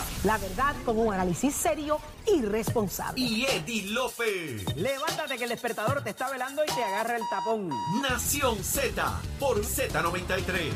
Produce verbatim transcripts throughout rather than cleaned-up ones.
La verdad con un análisis serio y responsable. Y Eddie Lofe. Levántate que el despertador te está velando y te agarra el tapón. Nación Z por Z noventa y tres.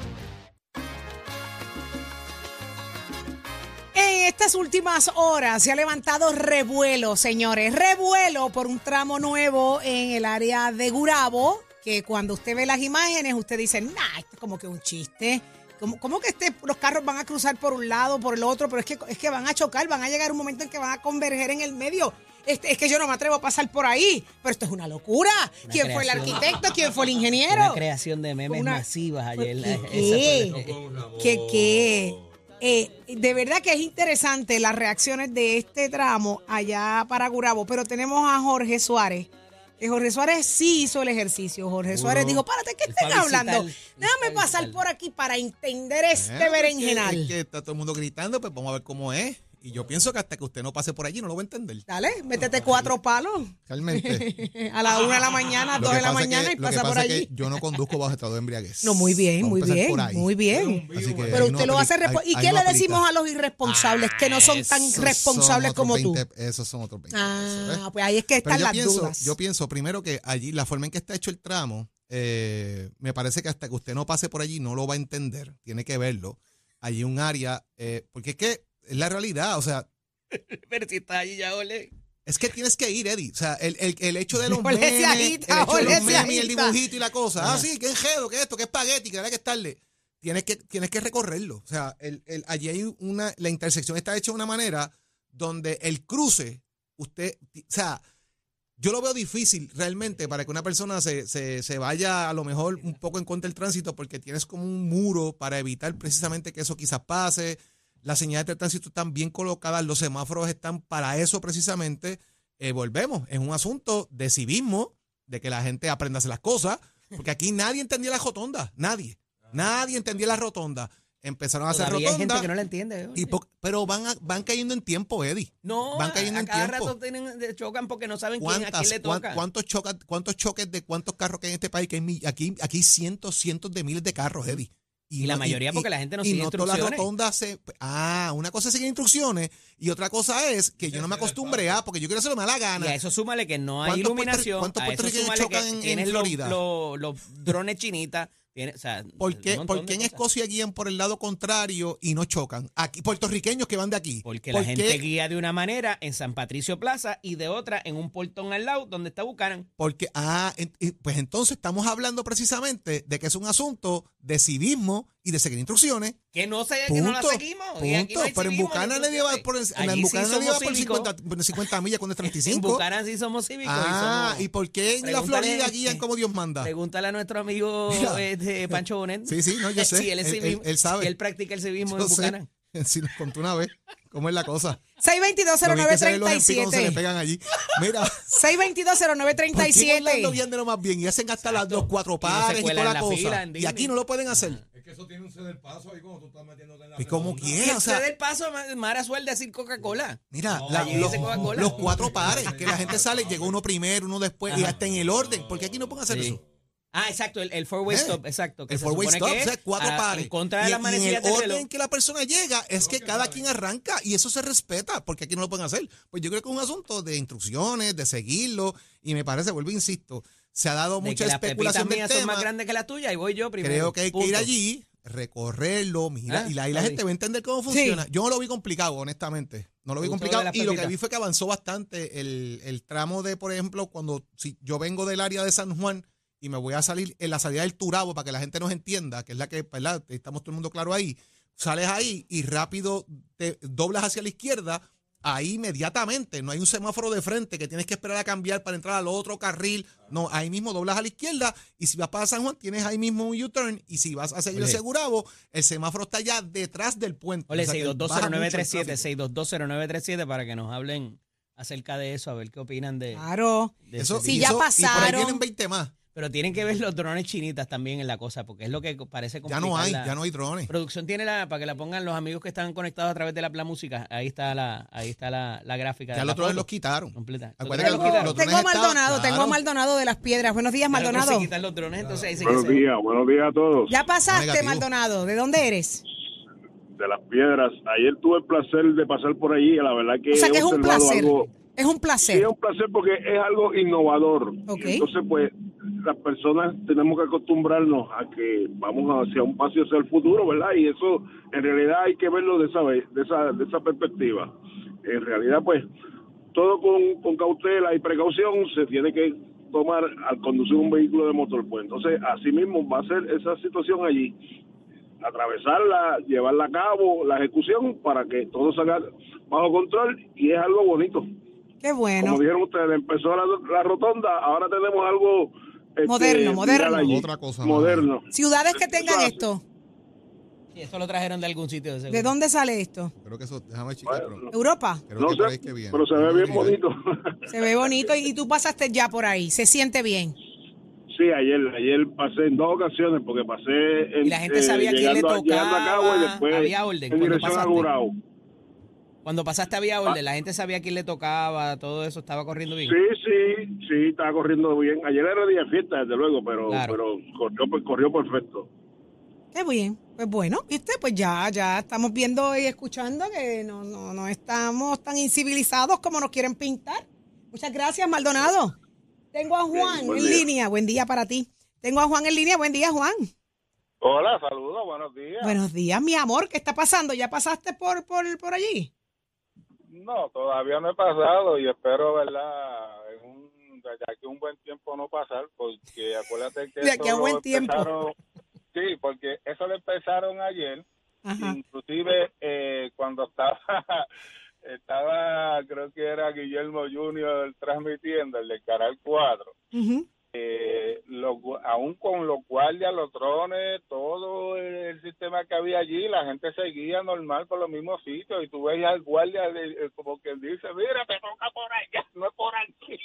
En estas últimas horas se ha levantado revuelo, señores. Revuelo por un tramo nuevo en el área de Gurabo, que cuando usted ve las imágenes, usted dice, nah, esto es como que un chiste. ¿Cómo, cómo que este, los carros van a cruzar por un lado, por el otro? Pero es que, es que van a chocar, van a llegar un momento en que van a converger en el medio. Este, es que yo no me atrevo a pasar por ahí. Pero esto es una locura. Una ¿Quién fue el creación. arquitecto? ¿Quién fue el ingeniero? Una creación de memes Una- masivas ayer. ¿Qué? Esa fue- ¿Qué? ¿Qué? Eh, de verdad que es interesante las reacciones de este tramo allá para Gurabo. Pero tenemos a Jorge Suárez. Que Jorge Suárez sí hizo el ejercicio. Jorge Suárez dijo, párate, ¿qué Él fue están a visitar, hablando? él fue Déjame a pasar visitar. por aquí para entender este Eh, berenjenal. Es que está todo el mundo gritando, pues vamos a ver cómo es. Y yo pienso que hasta que usted no pase por allí no lo va a entender. Dale, métete cuatro palos. Realmente. A la una de la mañana, a Lo dos que de la pasa es mañana que- y lo que pasa por pasa es allí. que yo no conduzco bajo estado de embriaguez. No, muy bien, Vamos muy a empezar bien, por ahí. muy bien. Así que Pero ahí usted no lo va a hacer. aplica- respo- ¿Y ahí qué no le decimos aplica. a los irresponsables que no son tan Esos responsables son como otros tú? veinte, esos son otros veinte pesos, ¿ves? Ah, pues ahí es que Pero están yo las pienso, dudas. yo pienso primero que allí, la forma en que está hecho el tramo, eh, me parece que hasta que usted no pase por allí no lo va a entender, tiene que verlo. Allí un área, eh, porque es que es la realidad, o sea, Pero si está allí ya, ole. es que tienes que ir, Eddie. O sea, el, el, el hecho de los Ole, memes, se el agita, hecho de ole, los se memes y el agita. dibujito y la cosa. Ah, sí, que enjedo, que esto, que espagueti, que hay que estarle. Tienes que, tienes que recorrerlo. O sea, el, el, allí hay una, la intersección está hecha de una manera donde el cruce, usted, o sea, yo lo veo difícil realmente para que una persona se, se, se vaya a lo mejor un poco en contra del tránsito porque tienes como un muro para evitar precisamente que eso quizás pase. Las señales de tránsito están bien colocadas, los semáforos están para eso precisamente. Eh, volvemos, es un asunto de civismo, de que la gente aprenda a hacer las cosas, porque aquí nadie entendía las rotondas, nadie, nadie entendía las rotondas. Empezaron a hacer Todavía hay gente rotondas, que no la entiende. oye. y po- pero van, a- van cayendo en tiempo, Eddie. No, van cayendo a en cada tiempo. rato tienen, de- chocan porque no saben quién, a quién ¿Cuántas, le cuán- toca. cuántos, choca- ¿Cuántos choques de cuántos carros que hay en este país? Que hay, mi- aquí, aquí hay cientos, cientos de miles de carros, Eddie. Y la mayoría porque la gente no y sigue no todas las instrucciones. rotondas se... Ah, una cosa es seguir instrucciones y otra cosa es que yo no me acostumbré a, porque yo quiero hacerlo me da la Y gana. a eso súmale que no hay ¿Cuántos iluminación. puertorri- cuántos A eso puertorriqueños súmale chocan que en- en tienes los, Florida? los, los drones chinitas. Tiene, o sea, ¿Por un qué, montón por qué de en cosas. Escocia guían por el lado contrario y no chocan? Aquí, puertorriqueños que van de aquí. Porque ¿Por la gente qué? guía de una manera en San Patricio Plaza y de otra en un portón al lado donde está Bucaran. Porque, ah, en- y- pues entonces estamos hablando precisamente de que es un asunto de civismo y de seguir instrucciones. Que no sé, que Punto. no la seguimos. Y aquí Punto. no hay Pero en civismo, Buchanan ni nadie va instrucciones. por, en Allí en sí Buchanan nadie somos va por cívicos. cincuenta, por cincuenta millas cuando es treinta y En cinco. Bucaran sí somos cívicos. y Ah, somos- ¿y por qué en la Pregúntale- Florida guían como Dios manda? Pregúntale a nuestro amigo Mira. este, Pancho Bonet. Sí, sí, no, yo sé. Si él, es Él- civismo- él- él sabe. si él practica el civismo Yo en sé. Bucaran. Sí, nos contó una vez cómo es la cosa. seis dos dos, cero Lo bien nueve que se ven los tres empicos cuando se le siete. pegan allí. Mira, seis dos dos, cero nueve tres ¿por qué en siete. Orlando vienen de lo más bien y hacen hasta las dos, cuatro Y no se pares y, cuelan toda en la la cosa? fila en Y Disney. aquí no lo pueden hacer. Es que eso tiene un ceder paso ahí cuando tú estás metiéndote en la ¿Y como redonda. quién? O Ese sea, del paso, Mara suele decir Coca-Cola. mira, No, la- allí los, dice Coca-Cola. los cuatro pares, que la gente sale, llegó uno primero, uno después, y hasta en el orden. Porque aquí no pueden hacer Sí. eso. Ah, exacto, el, el four-way ¿Eh? stop, exacto. Que El se four-way supone stop, que o sea, es cuatro a- pares. En contra de y, las y en manecillas el del orden reloj. en que la persona llega es que cada quien arranca y eso se respeta, porque aquí no lo pueden hacer. Pues yo creo que es un asunto de instrucciones, de seguirlo, y me parece, vuelvo e insisto, se ha dado De mucha que las pepitas especulación del mías son tema. más grandes que las tuyas y voy yo primero. Creo que hay que ir Punto. allí, recorrerlo, mira, Ah, y la, y la así. gente va a entender cómo funciona. Yo no lo vi complicado, honestamente. No lo vi ¿Te gustó complicado. lo de las Y lo que pepitas? vi fue que avanzó bastante el, el tramo de, por ejemplo, cuando si yo vengo del área de San Juan y me voy a salir en la salida del Turabo para que la gente nos entienda, que es la que, ¿verdad? Estamos todo el mundo claro ahí. Sales ahí y rápido te doblas hacia la izquierda. Ahí inmediatamente, no hay un semáforo de frente que tienes que esperar a cambiar para entrar al otro carril. No, ahí mismo doblas a la izquierda y si vas para San Juan tienes ahí mismo un U-turn y si vas a seguir Ole. el Segurabo, el semáforo está ya detrás del puente. Ole, O sea, que seis dos dos baja cero nueve mucho el tres siete, tráfico. seis dos dos cero nueve tres siete para que nos hablen acerca de eso, a ver qué opinan de, Claro. de Eso, ese Sí, y tipo. ya eso- Y por ahí pasaron. vienen veinte más. Pero tienen que ver los drones chinitas también en la cosa, porque es lo que parece Ya complicar. no hay, la- ya no hay drones. Producción tiene la, para que la pongan los amigos que están conectados a través de la, la música, ahí está la, ahí está la, la gráfica. Ya de los la drones foto los quitaron. completa. Acuérdate Los que drones los- los los Tengo a drones estaban- Maldonado, tengo a claro. Maldonado de las Piedras. Buenos días, Claro que Maldonado. se quitan los drones, entonces ahí sí que Buenos se- días, buenos días a todos. Ya pasaste, Negativo. Maldonado. ¿De dónde eres? de Las Piedras. Ayer tuve el placer de pasar por allí, la verdad que O sea que he es un observado placer. algo. Es un Sí, placer. es un placer porque es algo innovador. Ok. Y entonces, pues, las personas tenemos que acostumbrarnos a que vamos hacia un paso hacia el futuro, ¿verdad? Y eso, en realidad, hay que verlo de esa vez, de esa, de esa perspectiva. En realidad, pues, todo con, con cautela y precaución se tiene que tomar al conducir un vehículo de motor. Pues, entonces, así mismo va a ser esa situación allí. Atravesarla, llevarla a cabo, la ejecución, para que todo salga bajo control, y es algo bonito. Qué bueno. Como dijeron ustedes, empezó la, la rotonda, ahora tenemos algo este, Moderno, moderno. viral allí. Otra cosa más. Moderno. Ciudades que tengan esto. Sí, eso lo trajeron de algún sitio de seguro. ¿De dónde sale esto? Creo que eso, déjame chequear, Bueno, pero ¿Europa? creo No que por ahí sé, es que viene. pero se ve Déjame bien averiguar. bonito. Se ve bonito y, y tú pasaste ya por ahí. Se siente bien. Sí, ayer ayer pasé en dos ocasiones, porque pasé en, Y la gente sabía quién le llegando, a- llegando a Cagua y tocaba, después había orden en cuando dirección a pasaste. Gurabo. Cuando pasaste había orden, la gente sabía quién le tocaba, todo eso estaba corriendo bien. Sí, sí, sí, estaba corriendo bien. Ayer era día de fiesta, desde luego, pero Claro. pero corrió, corrió perfecto. Qué bien. Pues bueno, viste, pues ya, ya estamos viendo y escuchando que no, no, no estamos tan incivilizados como nos quieren pintar. Muchas gracias, Maldonado. Tengo a Juan buen en día. línea. Buen día para ti. Tengo a Juan en línea. Buen día, Juan. Hola, saludos, buenos días. Buenos días, mi amor. ¿Qué está pasando? ¿Ya pasaste por, por, por allí? No, todavía no he pasado y espero, ¿verdad? En un, de aquí a un buen tiempo no pasar, porque acuérdate que De aquí a eso buen lo tiempo. empezaron- sí, porque eso lo empezaron ayer, Ajá. inclusive eh, cuando estaba, estaba, creo que era Guillermo junior transmitiendo el de Canal cuatro. Ujú. Eh, lo- aún con los guardias, los drones, todo el sistema que había allí, la gente seguía normal por los mismos sitios y tú veías al guardia de- eh, como que dice, mira, te toca por allá, no es por aquí.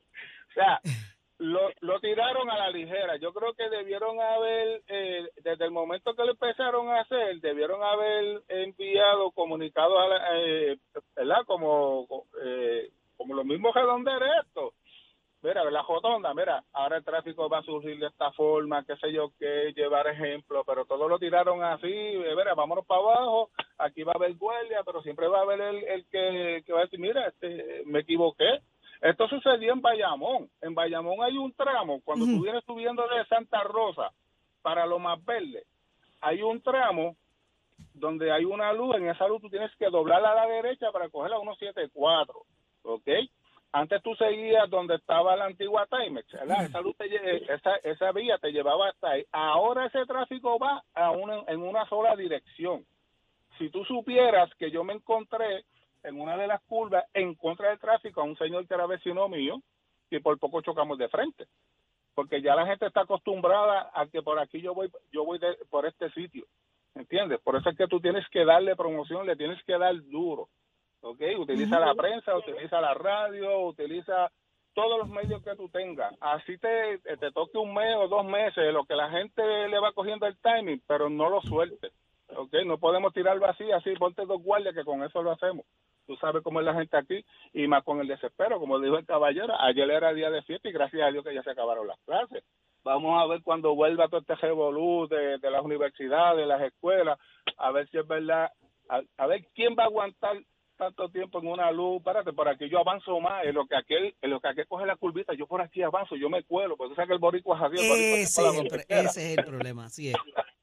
O sea, lo, lo tiraron a la ligera. Yo creo que debieron haber, eh, desde el momento que lo empezaron a hacer, debieron haber enviado comunicados a la, eh, ¿verdad? Como, eh, como los mismos redonderos estos. Mira, la rotonda, mira, ahora el tráfico va a surgir de esta forma, qué sé yo qué, llevar ejemplos, pero todo lo tiraron así, eh, mira, vámonos para abajo, aquí va a haber guardia, pero siempre va a haber el, el que, que va a decir, mira, este, me equivoqué. Esto sucedió en Bayamón. En Bayamón hay un tramo, cuando Ujú. tú vienes subiendo de Santa Rosa para lo más verde, hay un tramo donde hay una luz, en esa luz tú tienes que doblarla a la derecha para coger la ciento setenta y cuatro, ¿ok? Antes tú seguías donde estaba la antigua Timex, ¿verdad? Esa, luz te lle- esa, esa vía te llevaba hasta ahí. Ahora ese tráfico va a una, en una sola dirección. Si tú supieras que yo me encontré en una de las curvas en contra del tráfico a un señor que era vecino mío y por poco chocamos de frente. Porque ya la gente está acostumbrada a que por aquí yo voy yo voy de- por este sitio, ¿entiendes? Por eso es que tú tienes que darle promoción, le tienes que dar duro. ¿Ok? Utiliza la prensa, utiliza la radio, utiliza todos los medios que tú tengas. Así te, te toque un mes o dos meses, lo que la gente le va cogiendo el timing, pero no lo sueltes. ¿Ok? No podemos tirarlo así, así, ponte dos guardias que con eso lo hacemos. Tú sabes cómo es la gente aquí, y más con el desespero, como dijo el caballero, ayer era día de fiesta y gracias a Dios que ya se acabaron las clases. Vamos a ver cuando vuelva todo este revolú de, de las universidades, de las escuelas, a ver si es verdad, a, a ver quién va a aguantar tanto tiempo en una luz. Espérate, por aquí yo avanzo más, en lo que aquel, en lo que aquel coge la curvita, yo por aquí avanzo, yo me cuelo, porque tú sabes que el boricua es así, el boricua se Ese, cuela es el, donde pro- quiera. ese es el problema, así es.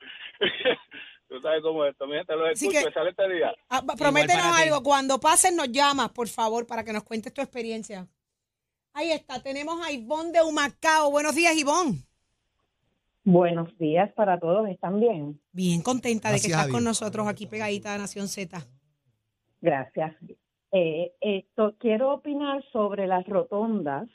Tú sabes cómo es esto, mi gente, los Así escucho, que- excelente día. Ah, va- prométenos para ti. algo. Cuando pases, nos llamas, por favor, para que nos cuentes tu experiencia. Ahí está. Tenemos a Ivonne de Humacao. Buenos días, Ivonne. Buenos días para todos, ¿están bien? Bien contenta de que Gracias a estás con Dios. nosotros aquí pegadita a Nación Z. Gracias. Eh, esto, quiero opinar sobre las rotondas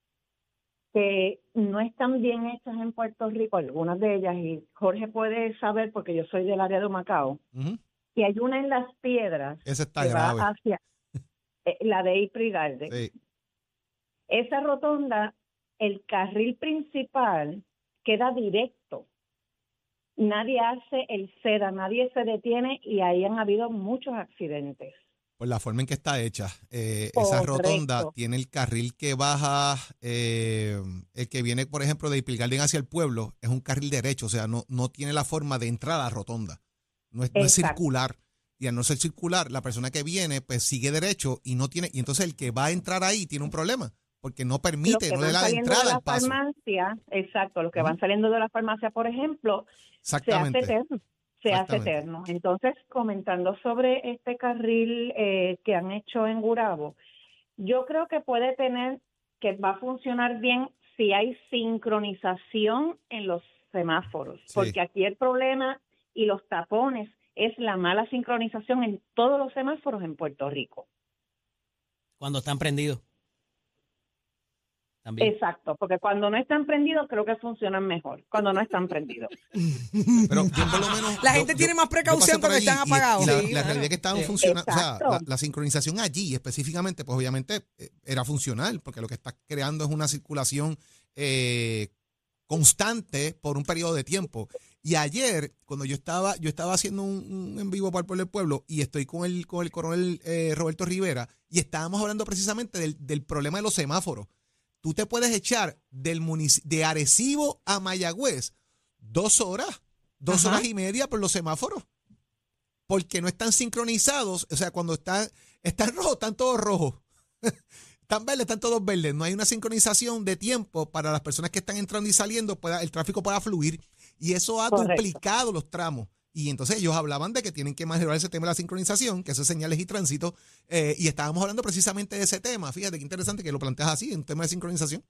que no están bien hechas en Puerto Rico, algunas de ellas, y Jorge puede saber porque yo soy del área de Humacao, Ujú. que hay una en Las Piedras Ese está que grave. va hacia eh, la de Ipri Garden. Sí. Esa rotonda, el carril principal queda directo. Nadie hace el seda, nadie se detiene y ahí han habido muchos accidentes. Por la forma en que está hecha. Eh, esa Correcto. rotonda tiene el carril que baja, eh, el que viene, por ejemplo, de Ipil Garden hacia el pueblo, es un carril derecho, o sea, no, no tiene la forma de entrar a la rotonda. no es, no es Exacto. circular. Y al no ser circular, la persona que viene, pues sigue derecho y no tiene, y entonces el que va a entrar ahí tiene un problema, porque no Los permite, que no le van da saliendo entrada de la al paso. farmacia, exacto, los que Ujú. van saliendo de la farmacia, por ejemplo, se hace Exactamente. eterno. Se hace Exactamente. eterno. Entonces, comentando sobre este carril eh, que han hecho en Gurabo, yo creo que puede tener, que va a funcionar bien si hay sincronización en los semáforos, Sí. porque aquí el problema y los tapones es la mala sincronización en todos los semáforos en Puerto Rico. Cuando están prendidos. También. Exacto, porque cuando no están prendidos creo que funcionan mejor, cuando no están prendidos. Pero yo por lo menos... La yo- gente yo- tiene más yo precaución pasé por cuando allí están y- apagados. Y, la, Sí, la claro. realidad es que estaban Sí. funcionando, o sea, Exacto. la, la sincronización allí específicamente, pues obviamente eh, era funcional, porque lo que está creando es una circulación eh, constante por un periodo de tiempo. Y ayer, cuando yo estaba, yo estaba haciendo un, un en vivo para el pueblo del pueblo y estoy con el, con el coronel eh, Roberto Rivera y estábamos hablando precisamente del, del problema de los semáforos. Tú te puedes echar del munici- de Arecibo a Mayagüez dos horas, dos Ajá. horas y media por los semáforos. Porque no están sincronizados. O sea, cuando están, están rojos, están todos rojos. Están verdes, están todos verdes. No hay una sincronización de tiempo para las personas que están entrando y saliendo, pueda, el tráfico pueda fluir. Y eso ha Correcto. duplicado los tramos. Y entonces ellos hablaban de que tienen que mejorar ese tema de la sincronización, que eso es señales y tránsito. Eh, y estábamos hablando precisamente de ese tema. Fíjate qué interesante que lo planteas así, un tema de sincronización.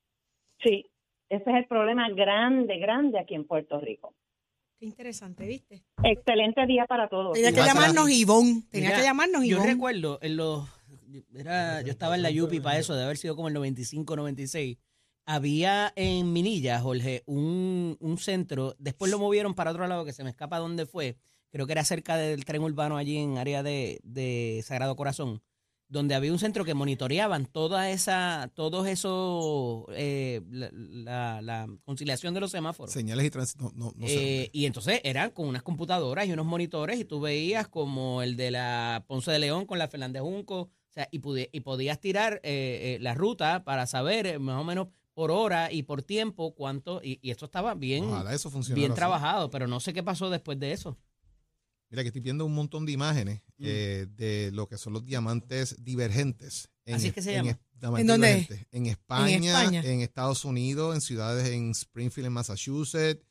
Sí, ese es el problema grande, grande aquí en Puerto Rico. Qué interesante, ¿viste? Excelente día para todos. Tenía que Igual para llamarnos Ivonne. Tenía Mira, que llamarnos Yo Ivonne. recuerdo, en los, era, yo estaba en la Yupi para eso, de haber sido como el noventa y cinco, noventa y seis. Había en Minilla, Jorge, un, un centro, después lo movieron para otro lado, que se me escapa dónde fue, creo que era cerca del tren urbano allí en área de, de Sagrado Corazón, donde había un centro que monitoreaban toda esa, todos esos, eh, la, la, la conciliación de los semáforos. Señales y tránsito. No, no, no sé. Eh, y entonces eran con unas computadoras y unos monitores y tú veías como el de la Ponce de León con la Fernández Junco, o sea, y, pudi- y podías tirar eh, eh, la ruta para saber eh, más o menos por hora y por tiempo cuánto, y, y esto estaba bien, Ojalá eso funcionara bien así. trabajado, pero no sé qué pasó después de eso. Mira que estoy viendo un montón de imágenes Mm. eh, de lo que son los diamantes divergentes. En, Así es que se en llama. es- diamantes ¿En dónde? divergentes. En España, en España. Estados Unidos, en ciudades en Springfield, en Massachusetts.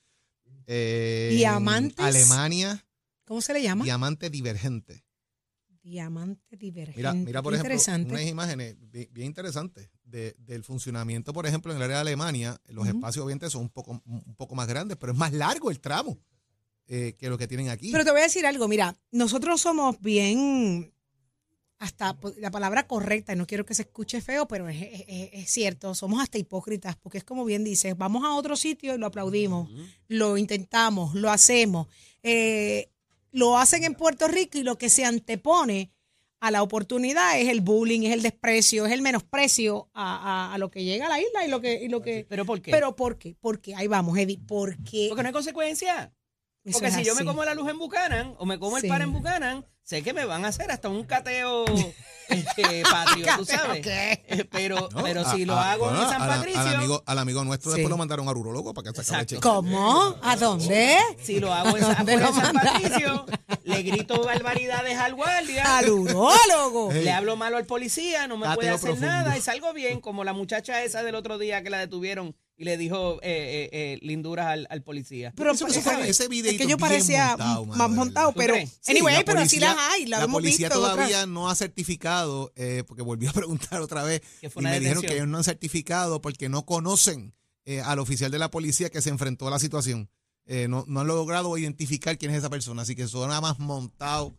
eh, ¿Diamantes? En Alemania, ¿Cómo se le llama? diamante divergente. Diamante divergente. Mira, mira por Qué ejemplo, interesante. unas imágenes bien, bien interesantes de- del funcionamiento, por ejemplo, en el área de Alemania. Los Ujú. espacios obviamente son un poco, un poco más grandes, pero es más largo el tramo eh, que lo que tienen aquí. Pero te voy a decir algo, mira, nosotros somos bien, hasta po- la palabra correcta, y no quiero que se escuche feo, pero es, es- es- es cierto, somos hasta hipócritas, porque es como bien dices, vamos a otro sitio y lo aplaudimos, lo intentamos, lo hacemos. Eh, lo hacen en Puerto Rico y lo que se antepone a la oportunidad es el bullying, es el desprecio, es el menosprecio a, a- a lo que llega a la isla y lo que... Y lo que ¿Pero por qué? ¿Pero por qué? Porque, ahí vamos, Eddie, porque... Porque no hay consecuencia. eso Porque es si yo me así. como la luz en Buchanan o me como Sí. el par en Buchanan, sé que me van a hacer hasta un cateo este, patrio, tú sabes. ¿Qué? Eh, pero No, pero a- si lo a- hago bueno, en San a la- Patricio, Al amigo, al amigo nuestro Sí. después lo mandaron al urólogo para que se acabe el Exacto. cheque. ¿Cómo? ¿A dónde? si lo hago en, San- ¿Dónde afuera lo de San mandaron? Patricio, le grito barbaridades al guardia. Al urólogo. Hey. Le hablo malo al policía, no me Cateo puede hacer profundo. nada y salgo bien, como la muchacha esa del otro día que la detuvieron y le dijo eh, eh, eh, linduras al, al policía. Pero Eso- ese, eso fue- ese videíto es que yo bien parecía montado, mano, más de montado, verdad. pero ¿Tú crees? Sí, anyway, la pero así policía- las hay, la, La hemos policía visto en otras- todavía no ha certificado, eh, porque volví a preguntar otra vez, Que y fue una me dijeron detención. que ellos no han certificado porque no conocen eh, al oficial de la policía que se enfrentó a la situación. Eh, no, no han logrado identificar quién es esa persona, así que suena más montado.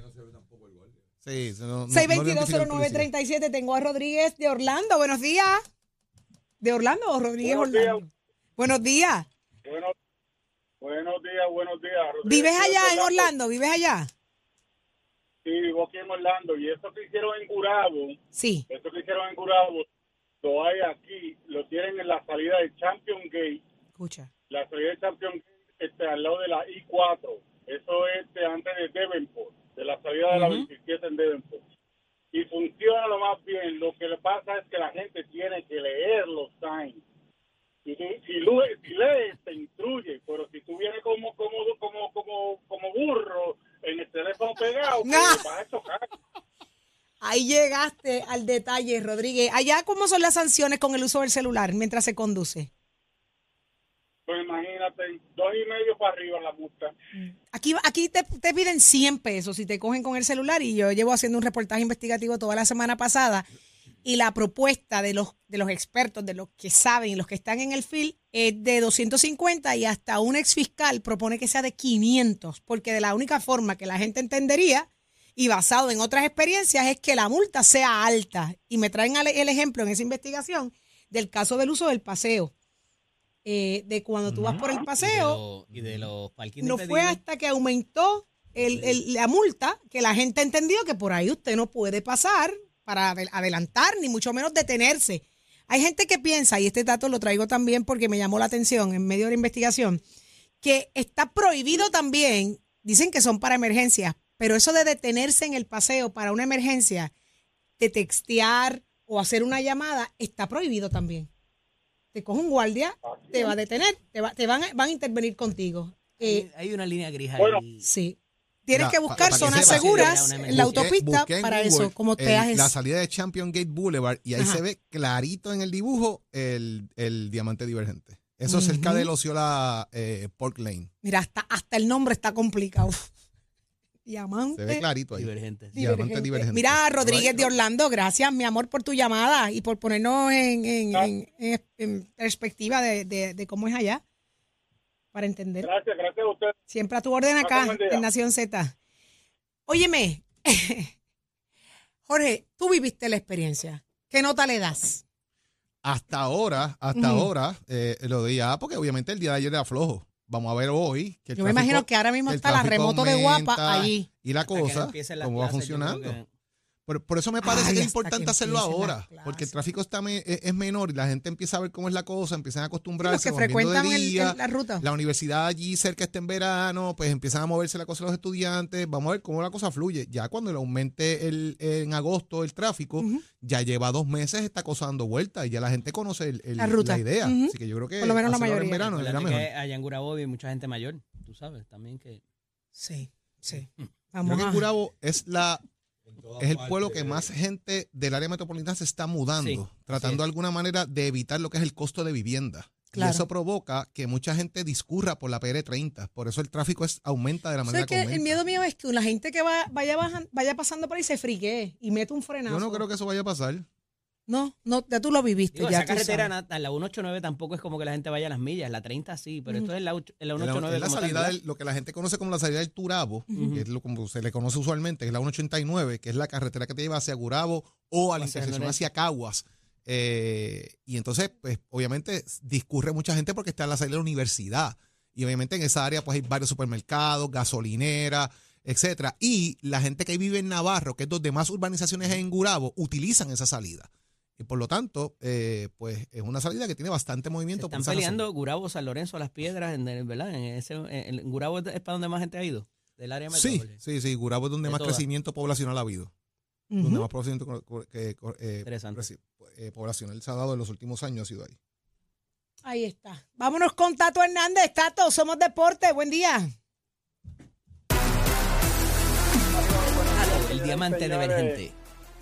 Sí, no, no- seis no dos dos, identifica cero el nueve, policía. tres siete. Tengo a Rodríguez de Orlando. Buenos días. ¿De Orlando o Rodríguez Buenos Orlando? Buenos días. Bueno, buenos días, buenos días. Rodríguez. ¿Vives allá en Orlando? ¿Vives allá? Sí, vivo aquí en Orlando. Y eso que hicieron en Gurabo, Sí. eso que hicieron en Gurabo, lo hay aquí, lo tienen en la salida del Champion Gate, Escucha. la salida del Champion Gate este, al lado de la I cuatro. Eso es este, antes de Devonport, de la salida de la Ujú. veintisiete en Devonport. Y funciona lo más bien. Lo que le pasa es que la gente tiene que leer los signs. Si, tú- si, lu- si lees, te instruye, pero si tú vienes como como como como como burro lo que No. vas a chocar. Ahí llegaste al detalle, Rodríguez. Allá, ¿cómo son las sanciones con el uso del celular mientras se conduce? Pues imagínate, dos y medio para arriba la multa. Aquí, aquí te, te piden cien pesos si te cogen con el celular, y yo llevo haciendo un reportaje investigativo toda la semana pasada, y la propuesta de los, de los expertos, de los que saben y los que están en el field, es de doscientos cincuenta, y hasta un exfiscal propone que sea de quinientos, porque de la única forma que la gente entendería, y basado en otras experiencias, es que la multa sea alta. Y me traen el ejemplo en esa investigación del caso del uso del paseo. Eh, de cuando tú vas por el paseo, Y de, lo- y de los parkings no fue impedidos. hasta que aumentó el- el- la multa que la gente entendió que por ahí usted no puede pasar para adel- adelantar, ni mucho menos detenerse. Hay gente que piensa, y este dato lo traigo también porque me llamó la atención en medio de la investigación, que está prohibido también, dicen que son para emergencias, pero eso de detenerse en el paseo para una emergencia, de textear o hacer una llamada, está prohibido también. Te coge un guardia, te va a detener, te, va- te van, a, van a intervenir contigo. Eh, Hay, hay una línea gris Bueno, ahí. sí. Tienes Mira, que pa- buscar pa' que zonas sepa, seguras sí, en la busqué- autopista Busqué en para Google eso, como el- peajes. la salida de Champion Gate Boulevard, y ahí Ajá. se ve clarito en el dibujo el, el diamante divergente. Eso Ujú. cerca de Osceola eh, Park Lane. Mira, hasta, hasta el nombre está complicado. Diamante. Se ve clarito ahí. Divergente. sí. Diamante Divergente. divergente. Mira, Rodríguez Right. de Orlando, gracias, mi amor, por tu llamada y por ponernos en, en- en- en- en perspectiva de, de- de cómo es allá, para entender. Gracias, gracias a usted. Siempre a tu orden Pasa acá, buen día. en Nación Z. Óyeme, Jorge, tú viviste la experiencia. ¿Qué nota le das? Hasta ahora, hasta Ujú. ahora, eh, lo de ya, porque obviamente el día de ayer era flojo. Vamos a ver hoy. Que el Yo me tráfico- imagino que ahora mismo el está la tráfico remoto de Guapa aumenta allí. Y la Hasta que no cosa, empiecen las cómo va clases, yo creo funcionando. que- Por, por eso me parece Ay, que es hasta importante que hacerlo empiecen ahora, las clases. porque el tráfico está me- es, es menor y la gente empieza a ver cómo es la cosa, empiezan a Los acostumbrarse, que van viendo de frecuentan el- día, el- la ruta. la universidad allí cerca está en verano, pues empiezan a moverse la cosa de los estudiantes, vamos a ver cómo la cosa fluye. Ya cuando le aumente el, en agosto el tráfico, Ujú. ya lleva dos meses esta cosa dando vueltas y ya la gente conoce el- el- La ruta. idea. Ujú. Así que yo creo que Por lo menos la hacerlo ahora mayoría. en verano era Acuérdate mejor. que allá en Gurabo hay mucha gente mayor, tú sabes, también que... Sí, sí. Creo Vamos que en a... Gurabo es la En todas es el partes. pueblo que más gente del área metropolitana se está mudando, Sí, tratando así de es. alguna manera de evitar lo que es el costo de vivienda. Claro. Y eso provoca que mucha gente discurra por la P R treinta. Por eso el tráfico es, aumenta de la O sea, manera que que el aumenta. miedo mío es que la gente que va, vaya, bajan- vaya pasando por ahí se friquee y mete un frenazo. Yo no creo que eso vaya a pasar. No, no, ya tú lo viviste. Digo, ya esa tú carretera, sabes. na- la ciento ochenta y nueve tampoco es como que la gente vaya a las millas, la treinta sí, pero Ujú. esto es la, ocho- la Es la, ciento ochenta y nueve es la como tal, salida ¿verdad? del- lo que la gente conoce como la salida del Turabo, Ujú. que es lo como se le conoce usualmente, que es la ciento ochenta y nueve, que es la carretera que te lleva hacia Gurabo o a la Hacia intersección Noreste. hacia Caguas. Eh, y entonces, pues, obviamente, discurre mucha gente porque está en la salida de la universidad. Y obviamente en esa área, pues, hay varios supermercados, gasolineras, etcétera. Y la gente que vive en Navarro, que es donde más urbanizaciones hay en Gurabo, utilizan esa salida. Y por lo tanto, eh, pues, es una salida que tiene bastante Se movimiento. por están esa razón. peleando Gurabo, San Lorenzo, Las Piedras, en el- ¿verdad? En, ese, en, en Gurabo es para donde más gente ha ido, del área Sí, metrópoli. sí, sí. Gurabo es donde De más todas. crecimiento poblacional ha habido. Ujú. Donde más poblacional, co- co- que, co- eh, Interesante. reci- eh, poblacional se ha dado en los últimos años, ha sido ahí. Ahí está. Vámonos con Tato Hernández. Tato, somos deporte. Buen día. El diamante Señores. divergente.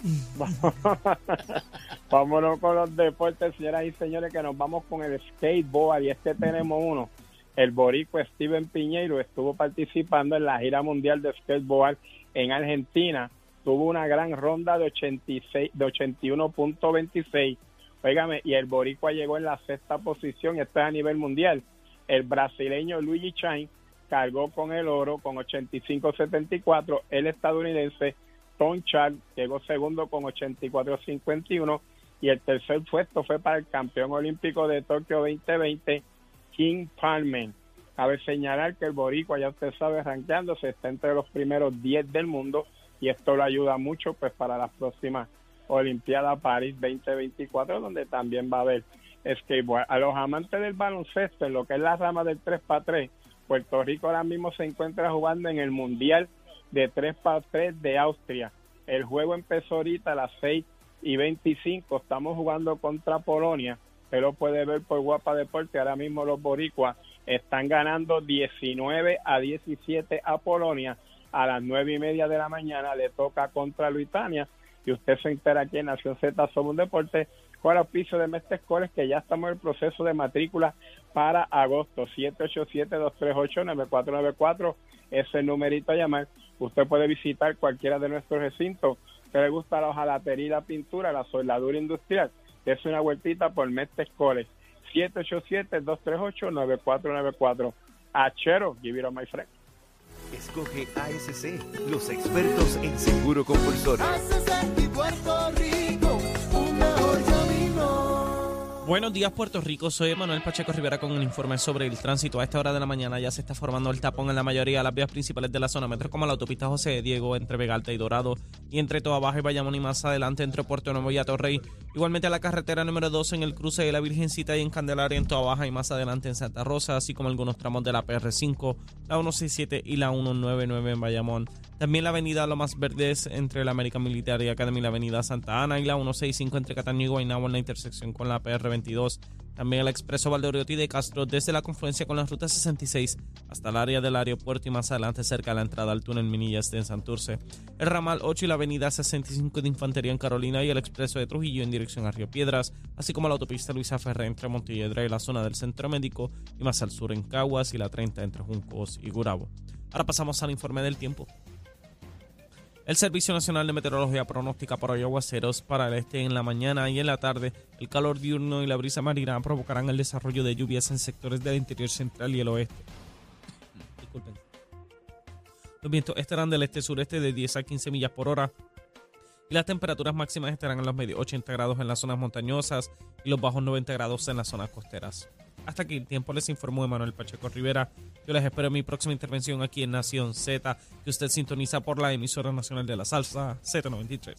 Vámonos con los deportes, señoras y señores, que nos vamos con el skateboard. Y este tenemos uno. El boricua Steven Piñeiro estuvo participando en la gira mundial de skateboard en Argentina. Tuvo una gran ronda de ochenta y seis, de ochenta y uno punto veintiséis. Óigame, y el boricua llegó en la sexta posición, y esto es a nivel mundial. El brasileño Luigi Chain cargó con el oro con ochenta y cinco setenta y cuatro. El estadounidense Tom Charles llegó segundo con ochenta y cuatro cincuenta y uno. Y el tercer puesto fue para el campeón olímpico de Tokio veinte veinte, King Palmer. Cabe señalar que el boricua, ya usted sabe, rankeándose, está entre los primeros diez del mundo, y esto lo ayuda mucho pues para las próximas Olimpiadas París veinte veinticuatro, donde también va a haber skateboard. A los amantes del baloncesto, en lo que es la rama del tres para tres, Puerto Rico ahora mismo se encuentra jugando en el Mundial de tres para tres de Austria. El juego empezó ahorita a las seis y veinticinco. Estamos jugando contra Polonia. Usted lo puede ver por Guapa Deporte. Ahora mismo los boricuas están ganando diecinueve a diecisiete a Polonia. a las nueve y media de la mañana le toca contra Luitania, y usted se entera aquí en Nación Z Somos un Deporte, con el auspicio de Mestre Scores, que ya estamos en el proceso de matrícula para agosto. Siete ocho siete, dos tres ocho, nueve cuatro nueve cuatro es el numerito a llamar. Usted puede visitar cualquiera de nuestros recintos. Si le gusta la hojalatería y la pintura, la soldadura industrial, es una vueltita por Mestre Scores. Siete ocho siete, dos tres ocho, nueve cuatro nueve cuatro. Achero, give it on my friend. Escoge A S C, los expertos en seguro compulsorio. Buenos días, Puerto Rico. Soy Manuel Pacheco Rivera con un informe sobre el tránsito. A esta hora de la mañana ya se está formando el tapón en la mayoría de las vías principales de la zona metro, como la autopista José de Diego entre Vega Alta y Dorado, y entre Toa Baja y Bayamón, y más adelante entre Puerto Nuevo y Atorrey. Igualmente a la carretera número dos en el cruce de la Virgencita y en Candelaria en Toa Baja, y más adelante en Santa Rosa, así como algunos tramos de la P R cinco, la ciento sesenta y siete y la ciento noventa y nueve en Bayamón. También la avenida Lomas Verdes entre la American Military Academy y la avenida Santa Ana, y la ciento sesenta y cinco entre Cataño y Guaynabo en la intersección con la P R veintidós. También el expreso Valdeoriotti de Castro desde la confluencia con la ruta sesenta y seis hasta el área del aeropuerto, y más adelante cerca de la entrada al túnel Minillas de Santurce. El ramal ocho y la avenida sesenta y cinco de Infantería en Carolina, y el expreso de Trujillo en dirección a Río Piedras, así como la autopista Luisa Ferré entre Montelledra y la zona del Centro Médico, y más al sur en Caguas, y la treinta entre Juncos y Gurabo. Ahora pasamos al informe del tiempo. El Servicio Nacional de Meteorología pronostica para hoy aguaceros para el este en la mañana y en la tarde. El calor diurno y la brisa marina provocarán el desarrollo de lluvias en sectores del interior central y el oeste. Disculpen. Los vientos estarán del este-sureste de diez a quince millas por hora, y las temperaturas máximas estarán en los medios ochenta grados en las zonas montañosas y los bajos noventa grados en las zonas costeras. Hasta aquí el tiempo, les informó Manuel Pacheco Rivera. Yo les espero en mi próxima intervención aquí en Nación Z, que usted sintoniza por la emisora nacional de la salsa, Z noventa y tres.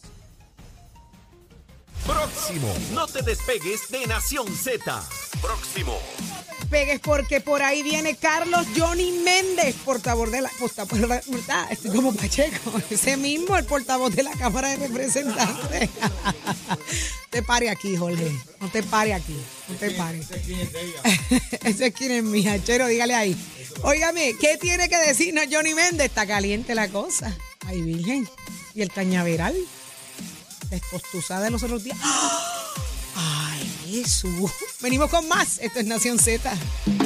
Próximo, no te despegues de Nación Z. Próximo. Pegues porque por ahí viene Carlos Johnny Méndez, portavoz de la... portavoz, ah, estoy como Pacheco, ese mismo, el portavoz de la Cámara de Representantes. No te pare aquí, Jorge, no te pare aquí, no te pare. Ese es quien es mi Achero, dígale ahí. Óigame, ¿qué tiene que decirnos Johnny Méndez? Está caliente la cosa. Ay, virgen. ¿Y el cañaveral? Descostuzada de los otros días. ¡Ay, Jesús! Venimos con más. Esto es Nación Z.